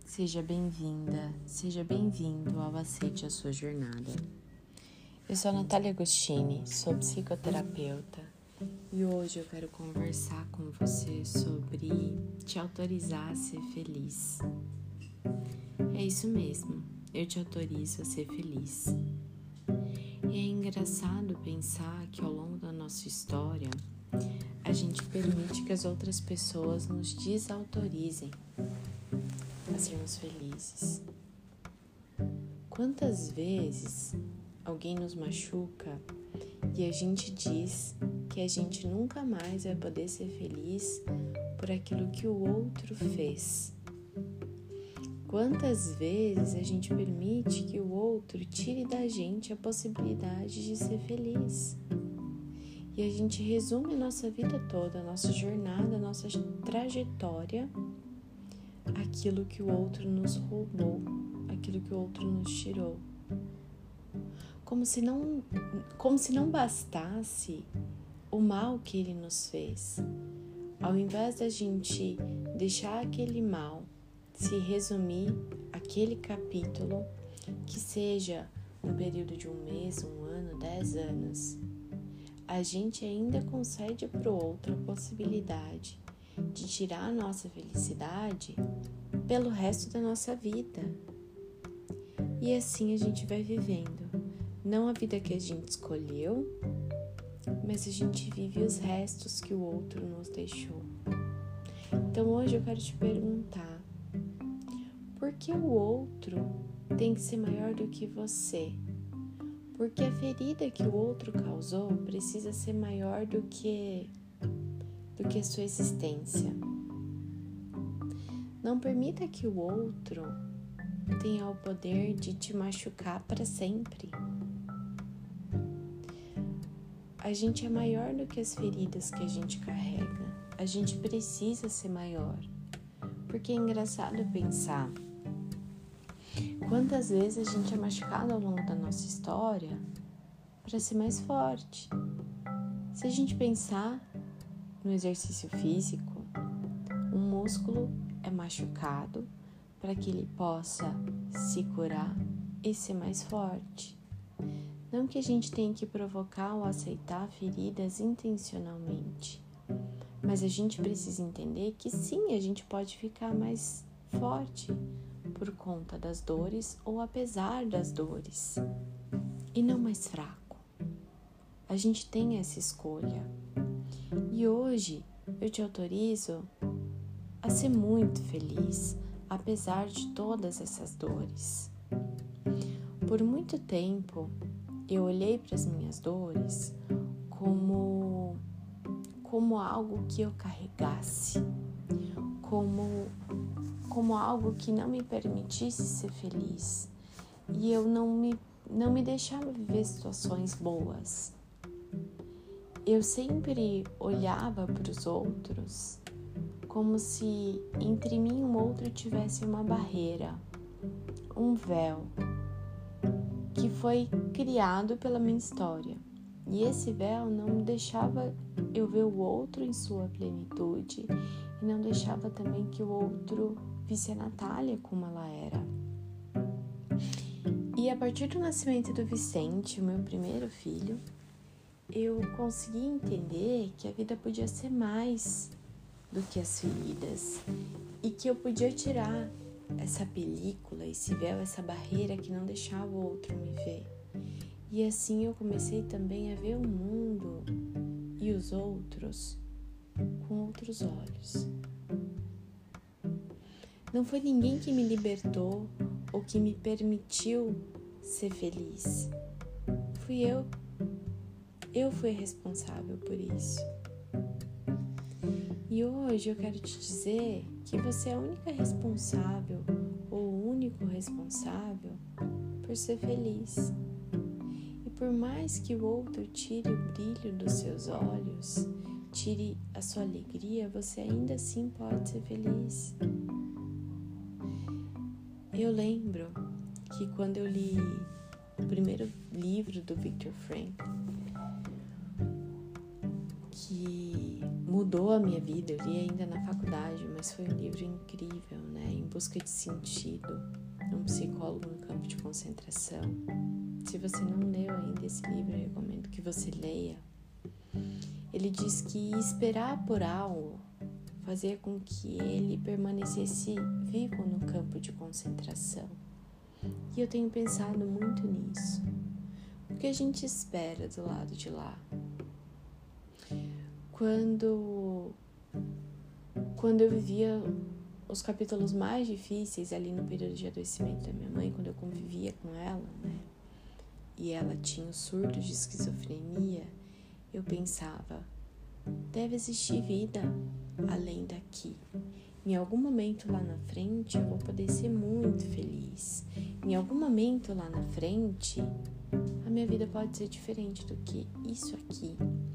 Seja bem-vinda, seja bem-vindo ao Aceite a Sua Jornada. Eu sou a Natália Agostini, sou psicoterapeuta e hoje eu quero conversar com você sobre te autorizar a ser feliz. É isso mesmo, eu te autorizo a ser feliz. E é engraçado pensar que ao longo da nossa história, a gente permite que as outras pessoas nos desautorizem a sermos felizes. Quantas vezes alguém nos machuca e a gente diz que a gente nunca mais vai poder ser feliz por aquilo que o outro fez? Quantas vezes a gente permite que o outro tire da gente a possibilidade de ser feliz? E a gente resume a nossa vida toda, a nossa jornada, a nossa trajetória, aquilo que o outro nos roubou, aquilo que o outro nos tirou. Como se não bastasse o mal que ele nos fez. Ao invés da gente deixar aquele mal se resumir aquele capítulo, que seja um período de 1 mês, 1 ano, 10 anos, a gente ainda concede para o outro a possibilidade de tirar a nossa felicidade pelo resto da nossa vida. E assim a gente vai vivendo, não a vida que a gente escolheu, mas a gente vive os restos que o outro nos deixou. Então hoje eu quero te perguntar, por que o outro tem que ser maior do que você? Porque a ferida que o outro causou precisa ser maior do que a sua existência. Não permita que o outro tenha o poder de te machucar para sempre. A gente é maior do que as feridas que a gente carrega. A gente precisa ser maior. Porque é engraçado pensar quantas vezes a gente é machucado ao longo da nossa história para ser mais forte. Se a gente pensar no exercício físico, um músculo é machucado para que ele possa se curar e ser mais forte. Não que a gente tenha que provocar ou aceitar feridas intencionalmente, mas a gente precisa entender que sim, a gente pode ficar mais forte por conta das dores ou apesar das dores, e não mais fraco. A gente tem essa escolha. E hoje eu te autorizo a ser muito feliz, apesar de todas essas dores. Por muito tempo, eu olhei para as minhas dores como algo que eu carregasse, como algo que não me permitisse ser feliz. E eu não me deixava viver situações boas. Eu sempre olhava para os outros como se entre mim e o outro tivesse uma barreira, um véu, que foi criado pela minha história. E esse véu não deixava eu ver o outro em sua plenitude e não deixava também que o outro visse a Natália como ela era. E a partir do nascimento do Vicente, o meu primeiro filho, eu consegui entender que a vida podia ser mais do que as feridas e que eu podia tirar essa película, esse véu, essa barreira que não deixava o outro me ver. E assim eu comecei também a ver o mundo e os outros com outros olhos. Não foi ninguém que me libertou ou que me permitiu ser feliz. Fui eu. Eu fui responsável por isso. E hoje eu quero te dizer que você é a única responsável ou o único responsável por ser feliz. E por mais que o outro tire o brilho dos seus olhos, tire a sua alegria, você ainda assim pode ser feliz. Eu lembro que quando eu li o primeiro livro do Viktor Frankl, que mudou a minha vida. Eu li ainda na faculdade, mas foi um livro incrível, né? Em Busca de Sentido, um psicólogo no campo de concentração. Se você não leu ainda esse livro, eu recomendo que você leia. Ele diz que esperar por algo fazia com que ele permanecesse vivo no campo de concentração. E eu tenho pensado muito nisso. O que a gente espera do lado de lá? Quando eu vivia os capítulos mais difíceis ali no período de adoecimento da minha mãe, quando eu convivia com ela, né? E ela tinha o surto de esquizofrenia, eu pensava, deve existir vida além daqui. Em algum momento lá na frente eu vou poder ser muito feliz. Em algum momento lá na frente a minha vida pode ser diferente do que isso aqui.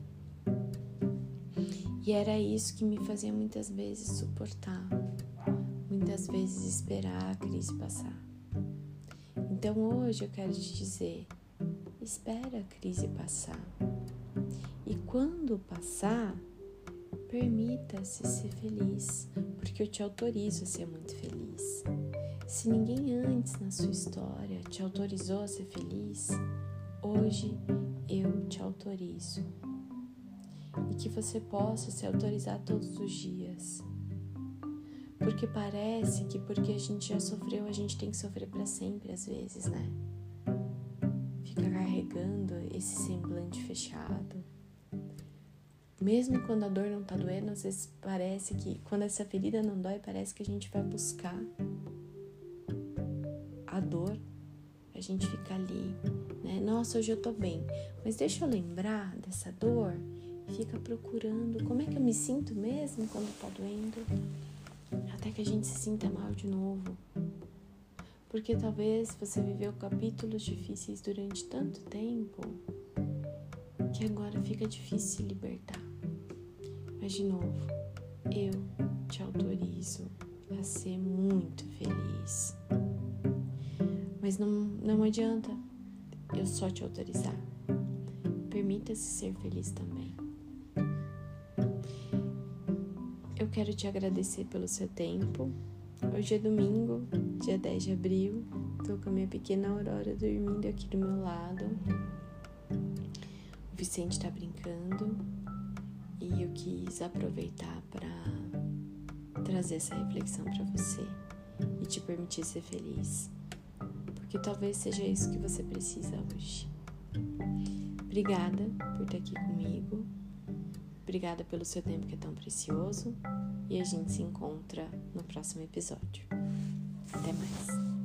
E era isso que me fazia muitas vezes suportar, muitas vezes esperar a crise passar. Então hoje eu quero te dizer, espera a crise passar. E quando passar, permita-se ser feliz, porque eu te autorizo a ser muito feliz. Se ninguém antes na sua história te autorizou a ser feliz, hoje eu te autorizo. E que você possa se autorizar todos os dias. Porque parece que porque a gente já sofreu, a gente tem que sofrer para sempre às vezes, né? Fica carregando esse semblante fechado. Mesmo quando a dor não tá doendo, às vezes parece que quando essa ferida não dói, parece que a gente vai buscar a dor. A gente fica ali, né? Nossa, hoje eu tô bem. Mas deixa eu lembrar dessa dor. Fica procurando como é que eu me sinto mesmo quando tá doendo, até que a gente se sinta mal de novo. Porque talvez você viveu capítulos difíceis durante tanto tempo que agora fica difícil se libertar. Mas de novo, eu te autorizo a ser muito feliz. Mas não adianta eu só te autorizar. Permita-se ser feliz também. Eu quero te agradecer pelo seu tempo. Hoje é domingo, dia 10 de abril. Tô com a minha pequena Aurora dormindo aqui do meu lado. O Vicente tá brincando. E eu quis aproveitar para trazer essa reflexão para você e te permitir ser feliz. Porque talvez seja isso que você precisa hoje. Obrigada por estar aqui comigo. Obrigada pelo seu tempo que é tão precioso. E a gente se encontra no próximo episódio. Até mais.